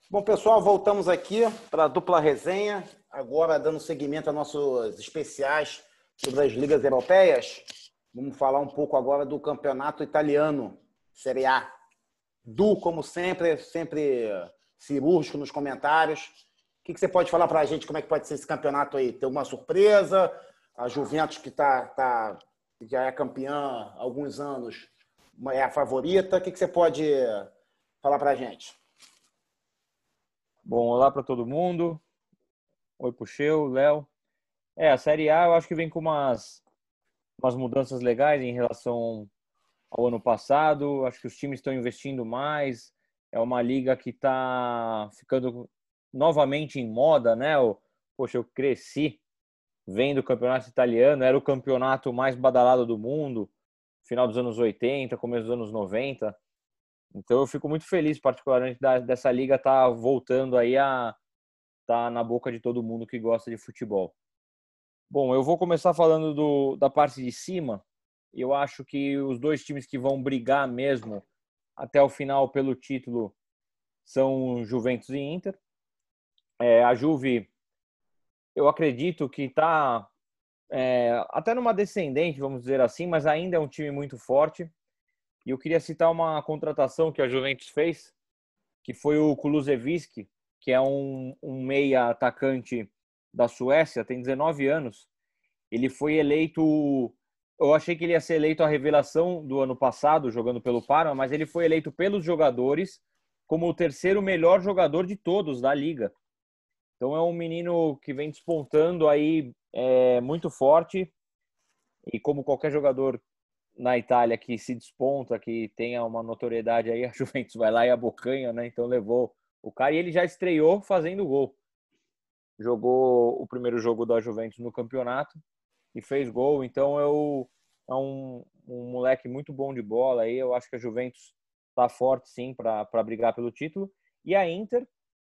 Bom, pessoal, voltamos aqui para a dupla resenha, agora dando seguimento a nossos especiais sobre as ligas europeias. Vamos falar um pouco agora do campeonato italiano, Série A. Du, como sempre cirúrgico nos comentários. O que você pode falar para a gente? Como é que pode ser esse campeonato aí? Tem alguma surpresa? A Juventus, que já é campeã há alguns anos, é a favorita. O que você pode falar para a gente? Bom, olá para todo mundo. Oi, Puxeu, Léo. A Série A eu acho que vem com umas mudanças legais em relação ao ano passado. Acho que os times estão investindo mais. É uma liga que está ficando novamente em moda, né? Poxa, eu cresci vendo o campeonato italiano. Era o campeonato mais badalado do mundo, final dos anos 80, começo dos anos 90. Então eu fico muito feliz, particularmente, dessa liga estar voltando aí a tá na boca de todo mundo que gosta de futebol. Bom, eu vou começar falando da parte de cima. Eu acho que os dois times que vão brigar mesmo até o final pelo título são Juventus e Inter. A Juve, eu acredito que está até numa descendente, vamos dizer assim, mas ainda é um time muito forte. E eu queria citar uma contratação que a Juventus fez, que foi o Kulusevski, que é um meia atacante da Suécia, tem 19 anos. Ele foi eleito. Eu achei que ele ia ser eleito a revelação do ano passado, jogando pelo Parma, mas ele foi eleito pelos jogadores como o terceiro melhor jogador de todos da liga. Então é um menino que vem despontando aí muito forte. E como qualquer jogador na Itália que se desponta, que tenha uma notoriedade aí, a Juventus vai lá e abocanha, né? Então levou o cara e ele já estreou fazendo gol. Jogou o primeiro jogo da Juventus no campeonato e fez gol. Então é um moleque muito bom de bola aí. Eu acho que a Juventus está forte sim para brigar pelo título. E a Inter,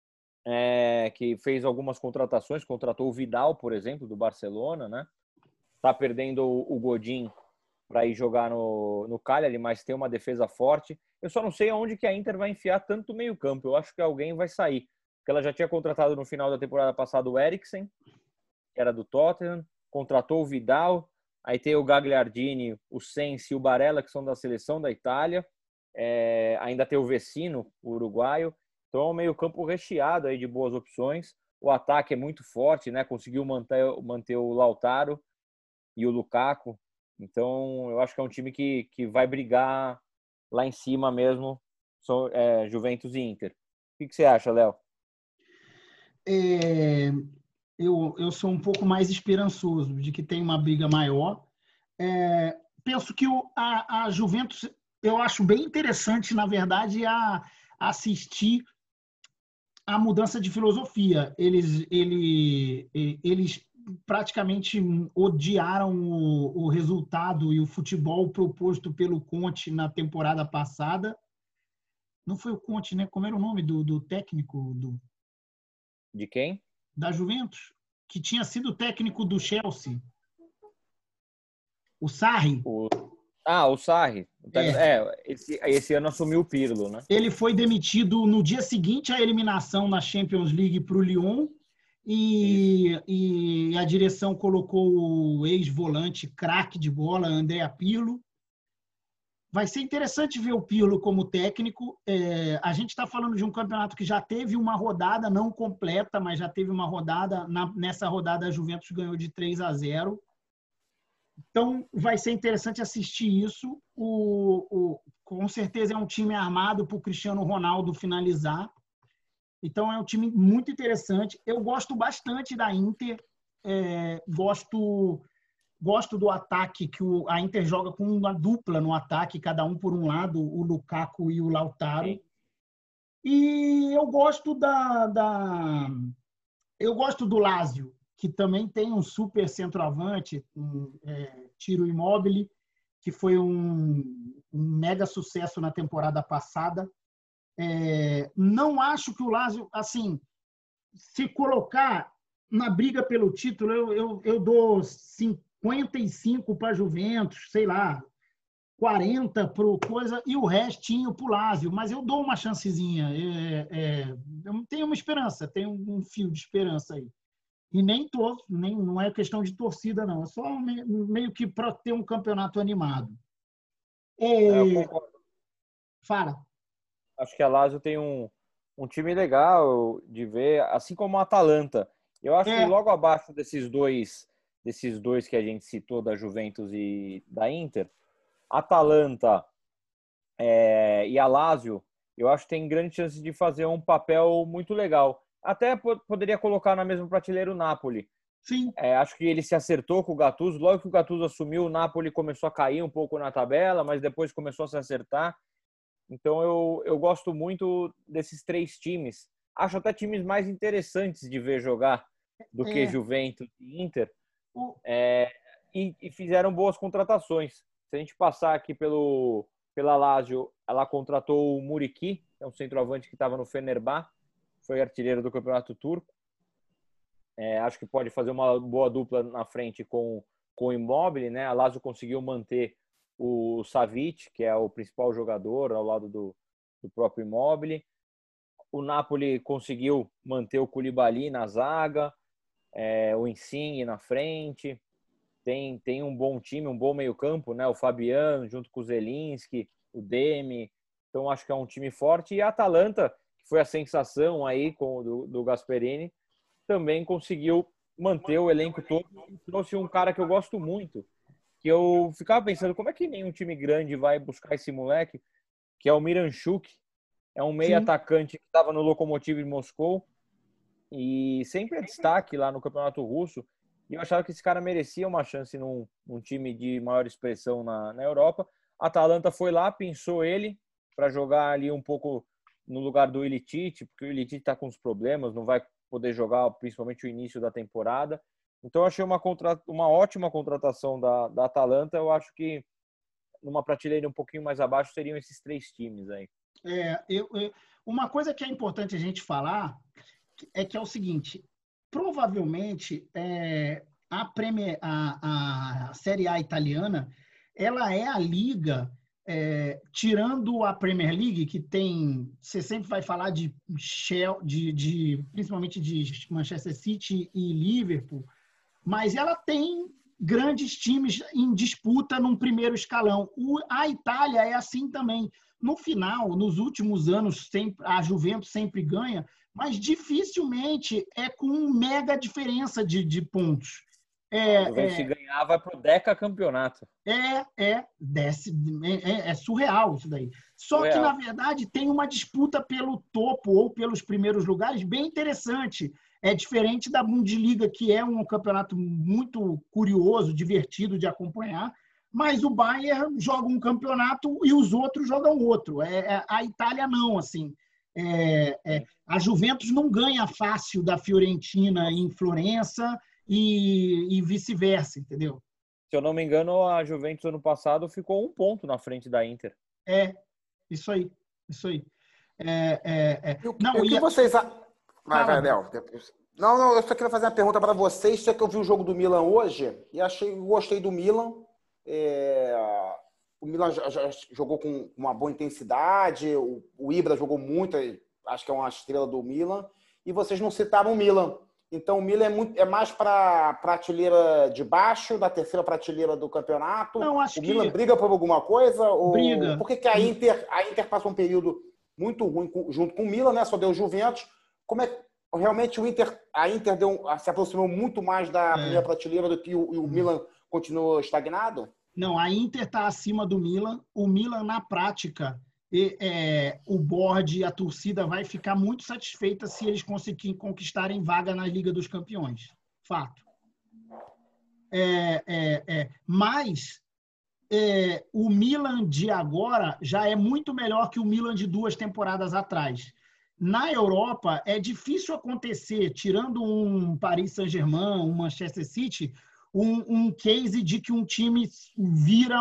que fez algumas contratações, contratou o Vidal, por exemplo, do Barcelona, né? Tá perdendo o Godin para ir jogar no Cagliari, mas tem uma defesa forte. Eu só não sei aonde que a Inter vai enfiar tanto meio campo. Eu acho que alguém vai sair. Porque ela já tinha contratado no final da temporada passada o Eriksen, que era do Tottenham, contratou o Vidal, aí tem o Gagliardini, o Sensi e o Barella, que são da seleção da Itália, ainda tem o Vecino, o uruguaio. Então é um meio campo recheado aí de boas opções. O ataque é muito forte, né? Conseguiu manter o Lautaro e o Lukaku. Então, eu acho que é um time que vai brigar lá em cima mesmo, Juventus e Inter. O que você acha, Léo? É, eu sou um pouco mais esperançoso de que tem uma briga maior. Penso que a Juventus, eu acho bem interessante, na verdade, a assistir a mudança de filosofia. Eles praticamente odiaram o resultado e o futebol proposto pelo Conte na temporada passada. Não foi o Conte, né? Como era o nome do técnico De quem? da Juventus? Que tinha sido técnico do Chelsea. O Sarri. O Sarri. É. Esse ano assumiu o Pirlo, né? Ele foi demitido no dia seguinte à eliminação na Champions League para o Lyon e a direção colocou o ex-volante craque de bola, Andrea Pirlo. Vai ser interessante ver o Pirlo como técnico. A gente está falando de um campeonato que já teve uma rodada, não completa, mas já teve uma rodada. Nessa rodada, a Juventus ganhou de 3-0. Então, vai ser interessante assistir isso. Com certeza é um time armado para o Cristiano Ronaldo finalizar. Então, é um time muito interessante. Eu gosto bastante da Inter. Gosto do ataque, que a Inter joga com uma dupla no ataque, cada um por um lado, o Lukaku e o Lautaro. Sim. E eu gosto do Lazio, que também tem um super centroavante, Ciro Immobile, que foi um mega sucesso na temporada passada. Não acho que o Lazio, assim, se colocar na briga pelo título, eu dou 55 para a Juventus, sei lá, 40 pro coisa e o restinho pro Lazio, mas eu dou uma chancezinha. Eu tenho uma esperança, tenho um fio de esperança aí. E não é questão de torcida, não. É só meio que para ter um campeonato animado. Eu concordo. Fala. Acho que a Lazio tem um time legal de ver, assim como a Atalanta. Eu acho que logo abaixo desses dois que a gente citou, da Juventus e da Inter, Atalanta e a Lazio, eu acho que tem grande chance de fazer um papel muito legal. Até poderia colocar na mesma prateleira o Napoli. Sim. Acho que ele se acertou com o Gattuso. Logo que o Gattuso assumiu, o Napoli começou a cair um pouco na tabela, mas depois começou a se acertar. Então eu gosto muito desses 3 times. Acho até times mais interessantes de ver jogar do que Juventus e Inter. E fizeram boas contratações. Se a gente passar aqui pela Lazio, ela contratou o Muriqi, que é um centroavante que estava no Fenerbahçe, foi artilheiro do Campeonato Turco. Acho que pode fazer uma boa dupla na frente com o Immobile, né? A Lazio conseguiu manter o Savic, que é o principal jogador, ao lado do próprio Immobile. O Napoli conseguiu manter o Koulibaly na zaga, o Insigne na frente. Tem um bom time, um bom meio-campo, né? O Fabiano, junto com o Zelinski, o Demi. Então, acho que é um time forte. E a Atalanta, que foi a sensação aí do Gasperini, também conseguiu manter o elenco todo. E trouxe um cara que eu gosto muito, que eu ficava pensando, como é que nenhum time grande vai buscar esse moleque, que é o Miranchuk. É um meio atacante que estava no Lokomotiv de Moscou e sempre é destaque lá no Campeonato Russo. E eu achava que esse cara merecia uma chance num time de maior expressão na Europa. A Atalanta foi lá, pensou ele para jogar ali um pouco no lugar do Ilicic, porque o Ilicic está com os problemas, não vai poder jogar principalmente o início da temporada. Então eu achei uma ótima contratação da Atalanta. Eu acho que numa prateleira um pouquinho mais abaixo seriam esses 3 times aí. Uma coisa que é importante a gente falar é que é o seguinte, provavelmente a Série A italiana, ela é a liga, tirando a Premier League, que tem, você sempre vai falar principalmente de Manchester City e Liverpool, mas ela tem grandes times em disputa num primeiro escalão. A Itália é assim também. No final, nos últimos anos, a Juventus sempre ganha, mas dificilmente é com mega diferença de pontos. A Juventus ganhava para o decacampeonato. É surreal isso daí. Só que, na verdade, tem uma disputa pelo topo ou pelos primeiros lugares bem interessante. É diferente da Bundesliga, que é um campeonato muito curioso, divertido de acompanhar, mas o Bayern joga um campeonato e os outros jogam outro. A Itália não, assim. A Juventus não ganha fácil da Fiorentina em Florença e vice-versa, entendeu? Se eu não me engano, a Juventus ano passado ficou 1 ponto na frente da Inter. Isso aí. O que vocês... Vai, Léo. Não, eu só queria fazer uma pergunta para vocês. Sei que eu vi o jogo do Milan hoje e gostei do Milan. O Milan já jogou com uma boa intensidade, o Ibra jogou muito, acho que é uma estrela do Milan, e vocês não citaram o Milan. Então o Milan é mais para a prateleira de baixo, da terceira prateleira do campeonato. Não, acho o Milan briga por alguma coisa? Briga. Por que a Inter passou um período muito ruim junto com o Milan, né? Só deu Juventus. Como é que realmente a Inter se aproximou muito mais da primeira prateleira do que o Milan continuou estagnado? Não, a Inter está acima do Milan. O Milan, na prática, o board e a torcida vai ficar muito satisfeita se eles conseguirem conquistarem vaga na Liga dos Campeões. Fato. Mas o Milan de agora já é muito melhor que o Milan de 2 temporadas atrás. Na Europa, é difícil acontecer, tirando um Paris Saint-Germain, um Manchester City, um case de que um time vira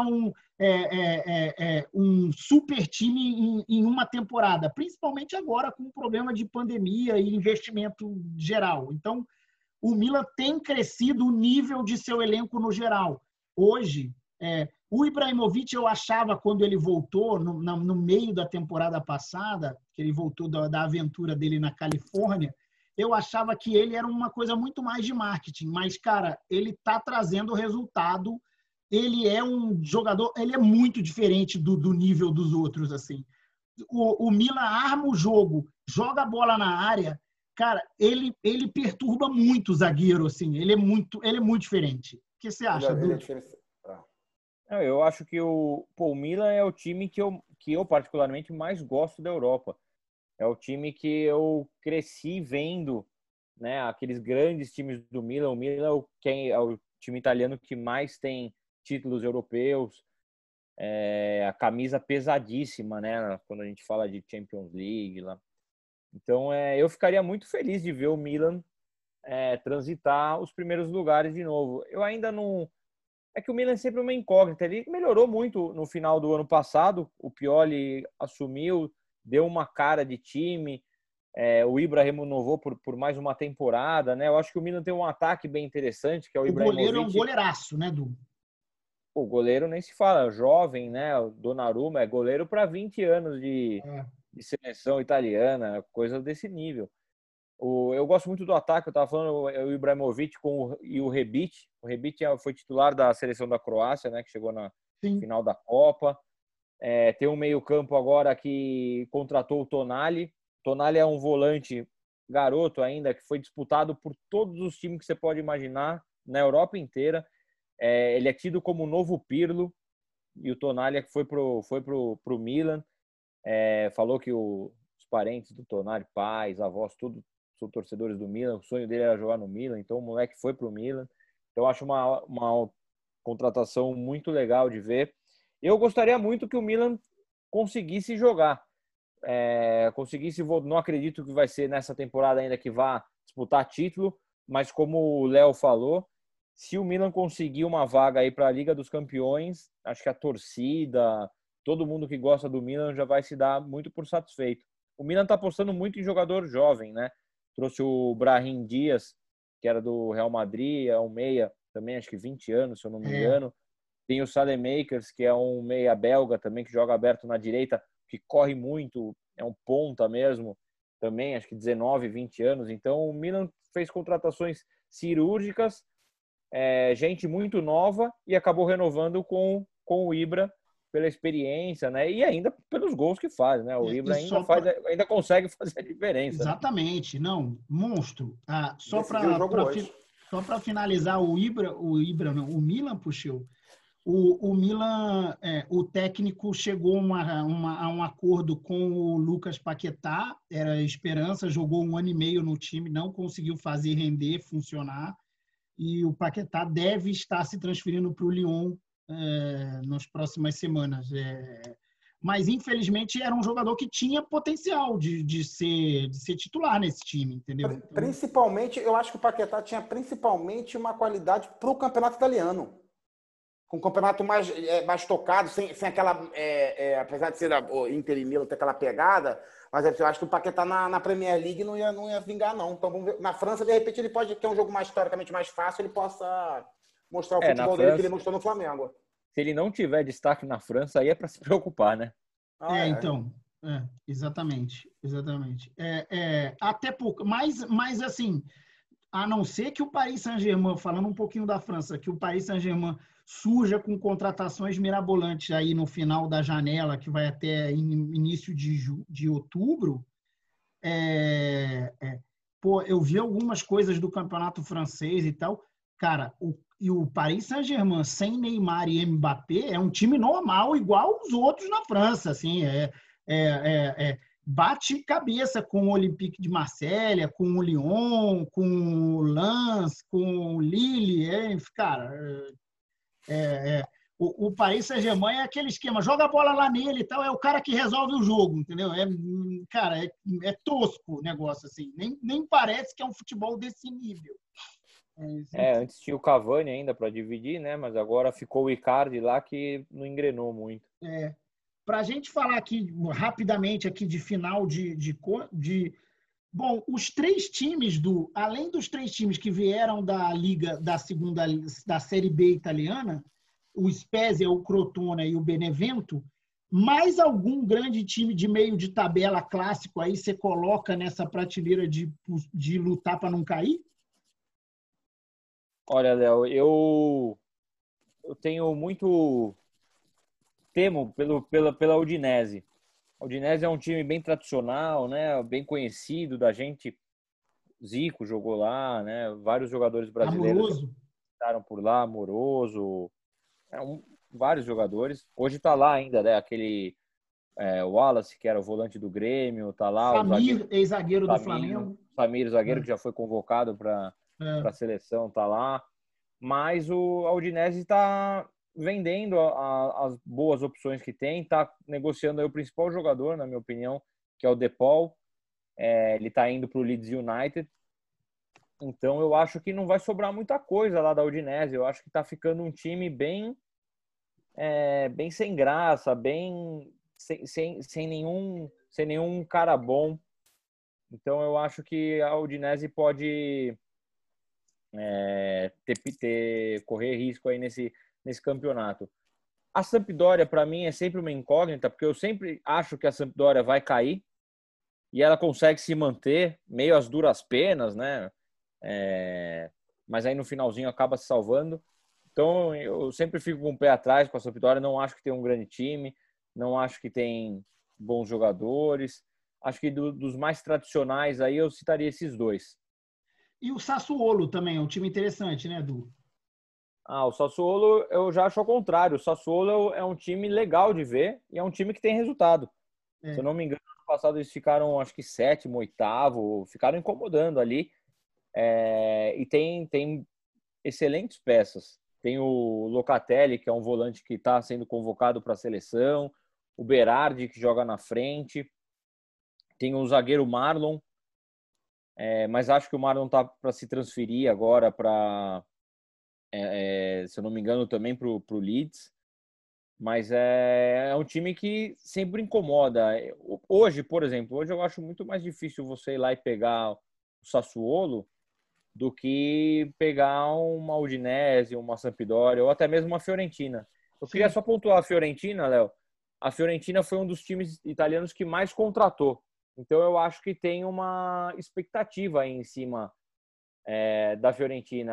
um super time em uma temporada, principalmente agora com o problema de pandemia e investimento geral. Então, o Milan tem crescido o nível de seu elenco no geral. Hoje, O Ibrahimovic, eu achava, quando ele voltou, no meio da temporada passada, que ele voltou da aventura dele na Califórnia, eu achava que ele era uma coisa muito mais de marketing. Mas, cara, ele está trazendo resultado. Ele é um jogador, ele é muito diferente do nível dos outros, assim. O Milan arma o jogo, joga a bola na área. Cara, ele perturba muito o zagueiro, assim. Ele é muito diferente. O que você acha, Ele é Dudu? diferente. Eu acho que o Milan é o time que eu particularmente mais gosto da Europa. É o time que eu cresci vendo, né, aqueles grandes times do Milan. O Milan é o time italiano que mais tem títulos europeus, a camisa pesadíssima, né, quando a gente fala de Champions League lá. Então, eu ficaria muito feliz de ver o Milan transitar os primeiros lugares de novo. Eu ainda não... É que o Milan é sempre uma incógnita. Ele melhorou muito no final do ano passado. O Pioli assumiu, deu uma cara de time. O Ibra renovou por mais uma temporada, né? Eu acho que o Milan tem um ataque bem interessante, que é o Ibrahimovic. O goleiro é um goleiraço, né, Du? O goleiro nem se fala, jovem, né? O Donnarumma é goleiro para 20 anos de seleção italiana, coisa desse nível. Eu gosto muito do ataque, eu estava falando o Ibrahimovic e o Rebic. O Rebic foi titular da seleção da Croácia, né, que chegou na final da Copa. Tem um meio-campo agora que contratou o Tonali. Tonali é um volante garoto ainda, que foi disputado por todos os times que você pode imaginar na Europa inteira. Ele é tido como o novo Pirlo, e o Tonali foi pro Milan. Falou que os parentes do Tonali, pais, avós, tudo são torcedores do Milan, o sonho dele era jogar no Milan, então o moleque foi pro Milan. Então acho uma contratação muito legal de ver. Eu gostaria muito que o Milan conseguisse jogar, não acredito que vai ser nessa temporada ainda que vá disputar título, mas como o Léo falou, se o Milan conseguir uma vaga aí para a Liga dos Campeões, acho que a torcida, todo mundo que gosta do Milan já vai se dar muito por satisfeito. O Milan está apostando muito em jogador jovem, né? Trouxe o Brahim Dias, que era do Real Madrid, é um meia, também acho que 20 anos, se eu não me engano. Tem o Saelemaekers, que é um meia belga também, que joga aberto na direita, que corre muito, é um ponta mesmo, também acho que 19, 20 anos. Então o Milan fez contratações cirúrgicas, gente muito nova, e acabou renovando com o Ibra, pela experiência, né? E ainda pelos gols que faz, né? O Ibra ainda consegue fazer a diferença. Exatamente, né? Não, monstro. Só para finalizar o Milan, puxou. O Milan, o técnico chegou a um acordo com o Lucas Paquetá, era esperança, jogou 1 ano e meio no time, não conseguiu fazer render, funcionar, e o Paquetá deve estar se transferindo para o Lyon nas próximas semanas. Mas, infelizmente, era um jogador que tinha potencial de ser titular nesse time, entendeu? Então... Principalmente, eu acho que o Paquetá tinha principalmente uma qualidade para o campeonato italiano. Com um campeonato mais tocado, sem aquela... apesar de ser o Inter e Milan ter aquela pegada, mas eu acho que o Paquetá na Premier League não ia vingar, não. Então, vamos ver. Na França, de repente, ele pode ter um jogo mais historicamente mais fácil, ele possa mostrar o futebol dele que ele mostrou no Flamengo. Se ele não tiver destaque na França, aí é para se preocupar, né? Então, exatamente. Até pouco, mas assim, a não ser que o Paris Saint-Germain, falando um pouquinho da França, que o Paris Saint-Germain surja com contratações mirabolantes aí no final da janela, que vai até início de outubro. Eu vi algumas coisas do campeonato francês e tal. Cara, o Paris Saint-Germain sem Neymar e Mbappé é um time normal, igual os outros na França, assim, bate cabeça com o Olympique de Marselha, com o Lyon, com o Lens, com o Lille, cara, o Paris Saint-Germain é aquele esquema, joga a bola lá nele e tal, é o cara que resolve o jogo, entendeu? Cara, é tosco o negócio, assim, nem parece que é um futebol desse nível. Antes tinha o Cavani ainda para dividir, né? Mas agora ficou o Icardi lá que não engrenou muito. Para a gente falar aqui rapidamente aqui de final bom, os 3 times além dos 3 times que vieram da liga da Série B italiana, o Spezia, o Crotone e o Benevento, mais algum grande time de meio de tabela clássico aí você coloca nessa prateleira de lutar para não cair? Olha, Léo, eu tenho muito temo pela Udinese. A Udinese é um time bem tradicional, né? Bem conhecido da gente. Zico jogou lá, né? Vários jogadores brasileiros Amoroso. estaram por lá, Amoroso, vários jogadores. Hoje está lá ainda, né? Aquele Wallace, que era o volante do Grêmio, tá lá. Samir, ex-zagueiro do Flamengo. Samir, zagueiro, que já foi convocado para a seleção, tá lá. Mas a Udinese está vendendo as boas opções que tem, está negociando aí o principal jogador, na minha opinião, que é o De Paul. Ele está indo para o Leeds United. Então eu acho que não vai sobrar muita coisa lá da Udinese. Eu acho que está ficando um time bem sem graça, bem sem nenhum cara bom. Então eu acho que a Udinese pode correr risco aí nesse campeonato. A Sampdoria, para mim, é sempre uma incógnita, porque eu sempre acho que a Sampdoria vai cair e ela consegue se manter meio às duras penas, né? Mas aí no finalzinho acaba se salvando. Então eu sempre fico com o pé atrás com a Sampdoria. Não acho que tem um grande time, não acho que tem bons jogadores. Acho que dos mais tradicionais aí eu citaria esses dois. E o Sassuolo também é um time interessante, né, Edu? O Sassuolo eu já acho ao contrário. O Sassuolo é um time legal de ver e é um time que tem resultado. Se eu não me engano, no ano passado eles ficaram, acho que sétimo, oitavo, ficaram incomodando ali. E tem excelentes peças. Tem o Locatelli, que é um volante que está sendo convocado para a seleção. O Berardi, que joga na frente. Tem o zagueiro Marlon. Mas acho que o Marlon está para se transferir agora para, se eu não me engano, também para o Leeds. Mas é um time que sempre incomoda. Hoje, por exemplo, eu acho muito mais difícil você ir lá e pegar o Sassuolo do que pegar uma Udinese, uma Sampdoria ou até mesmo uma Fiorentina. Eu queria só pontuar a Fiorentina, Léo. A Fiorentina foi um dos times italianos que mais contratou. Então eu acho que tem uma expectativa aí em cima da Fiorentina.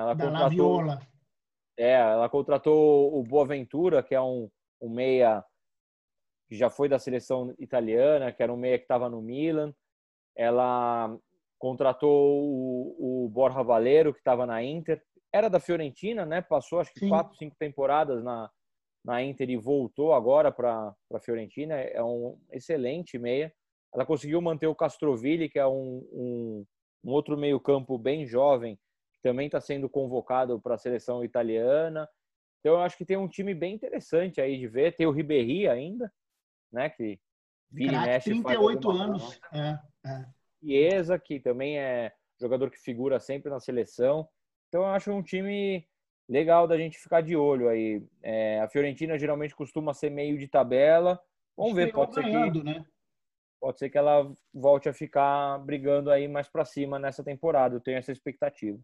Ela contratou o Boaventura, que é um meia que já foi da seleção italiana, que era um meia que estava no Milan. Ela contratou o Borja Valero, que estava na Inter. Era da Fiorentina, né? Passou acho que 4, 5 temporadas na Inter e voltou agora para a Fiorentina. É um excelente meia. Ela conseguiu manter o Castrovilli, que é um outro meio-campo bem jovem, que também está sendo convocado para a seleção italiana. Então, eu acho que tem um time bem interessante aí de ver. Tem o Ribéry ainda, né? Que vira e mexe. 38 anos. Chiesa, que também é jogador que figura sempre na seleção. Então, eu acho um time legal da gente ficar de olho aí. A Fiorentina geralmente costuma ser meio de tabela. Vamos ver, pode ser que ela volte a ficar brigando aí mais para cima nessa temporada. Eu tenho essa expectativa.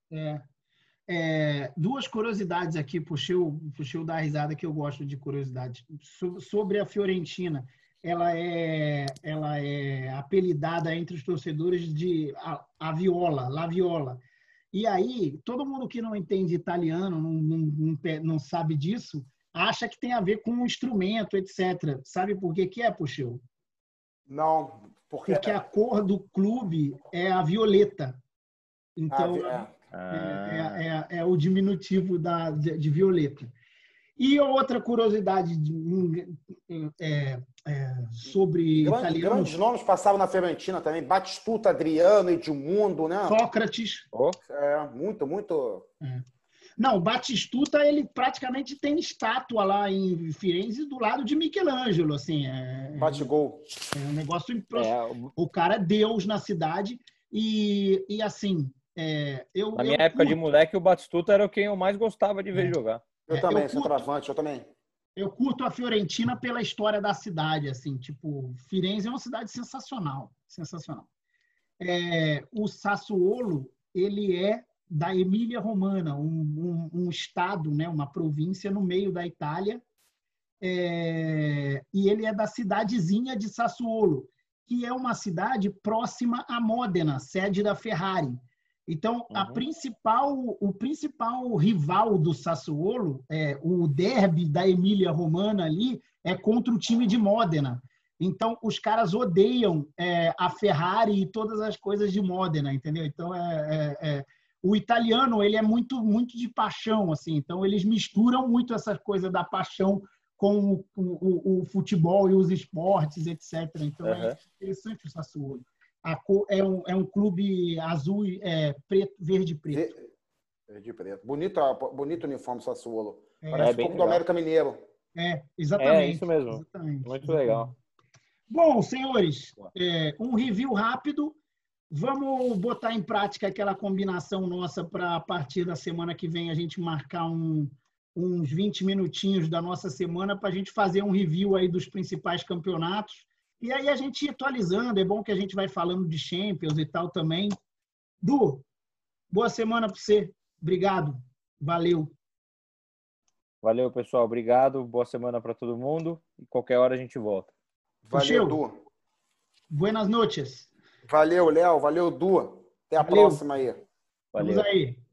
Duas curiosidades aqui, puxei o da risada, que eu gosto de curiosidades. Sobre a Fiorentina, ela é apelidada entre os torcedores de a Viola, La Viola. E aí, todo mundo que não entende italiano, não sabe disso, acha que tem a ver com um instrumento, etc. Sabe por que é, Puxeu? Não, porque a cor do clube é a violeta. Então, é o diminutivo de violeta. E outra curiosidade sobre italianos... Grandes nomes passavam na Fiorentina também. Batistuta, Adriano, Edmundo, né? Sócrates. Muito. Não, o Batistuta, ele praticamente tem estátua lá em Firenze do lado de Michelangelo, assim. Batigol. É um negócio... O cara é Deus na cidade e assim... Na minha época de moleque, o Batistuta era quem eu mais gostava de ver jogar. Eu também, centroavante, eu também. Eu curto a Fiorentina pela história da cidade, assim, tipo, Firenze é uma cidade sensacional, sensacional. O Sassuolo, ele é da Emília-Romana, um estado, né, uma província no meio da Itália, e ele é da cidadezinha de Sassuolo, que é uma cidade próxima a Módena, sede da Ferrari. Então, o principal rival do Sassuolo, o derby da Emília-Romana ali, é contra o time de Módena. Então, os caras odeiam a Ferrari e todas as coisas de Módena, entendeu? Então, o italiano ele é muito, muito de paixão, assim. Então, eles misturam muito essa coisa da paixão com o futebol e os esportes, etc. Então, é interessante o Sassuolo. É um clube azul, preto, verde e preto. Verde e preto. Bonito uniforme Sassuolo. Parece um pouco legal. do América Mineiro. Exatamente. É isso mesmo. Exatamente, muito legal. Bom, senhores, um review rápido. Vamos botar em prática aquela combinação nossa para a partir da semana que vem a gente marcar uns 20 minutinhos da nossa semana para a gente fazer um review aí dos principais campeonatos. E aí a gente ir atualizando. É bom que a gente vai falando de Champions e tal também. Du, boa semana para você. Obrigado. Valeu. Valeu, pessoal. Obrigado. Boa semana para todo mundo. E qualquer hora a gente volta. Valeu, Du. Buenas noches. Valeu, Léo. Valeu, Du. Até a próxima aí. Vamos aí.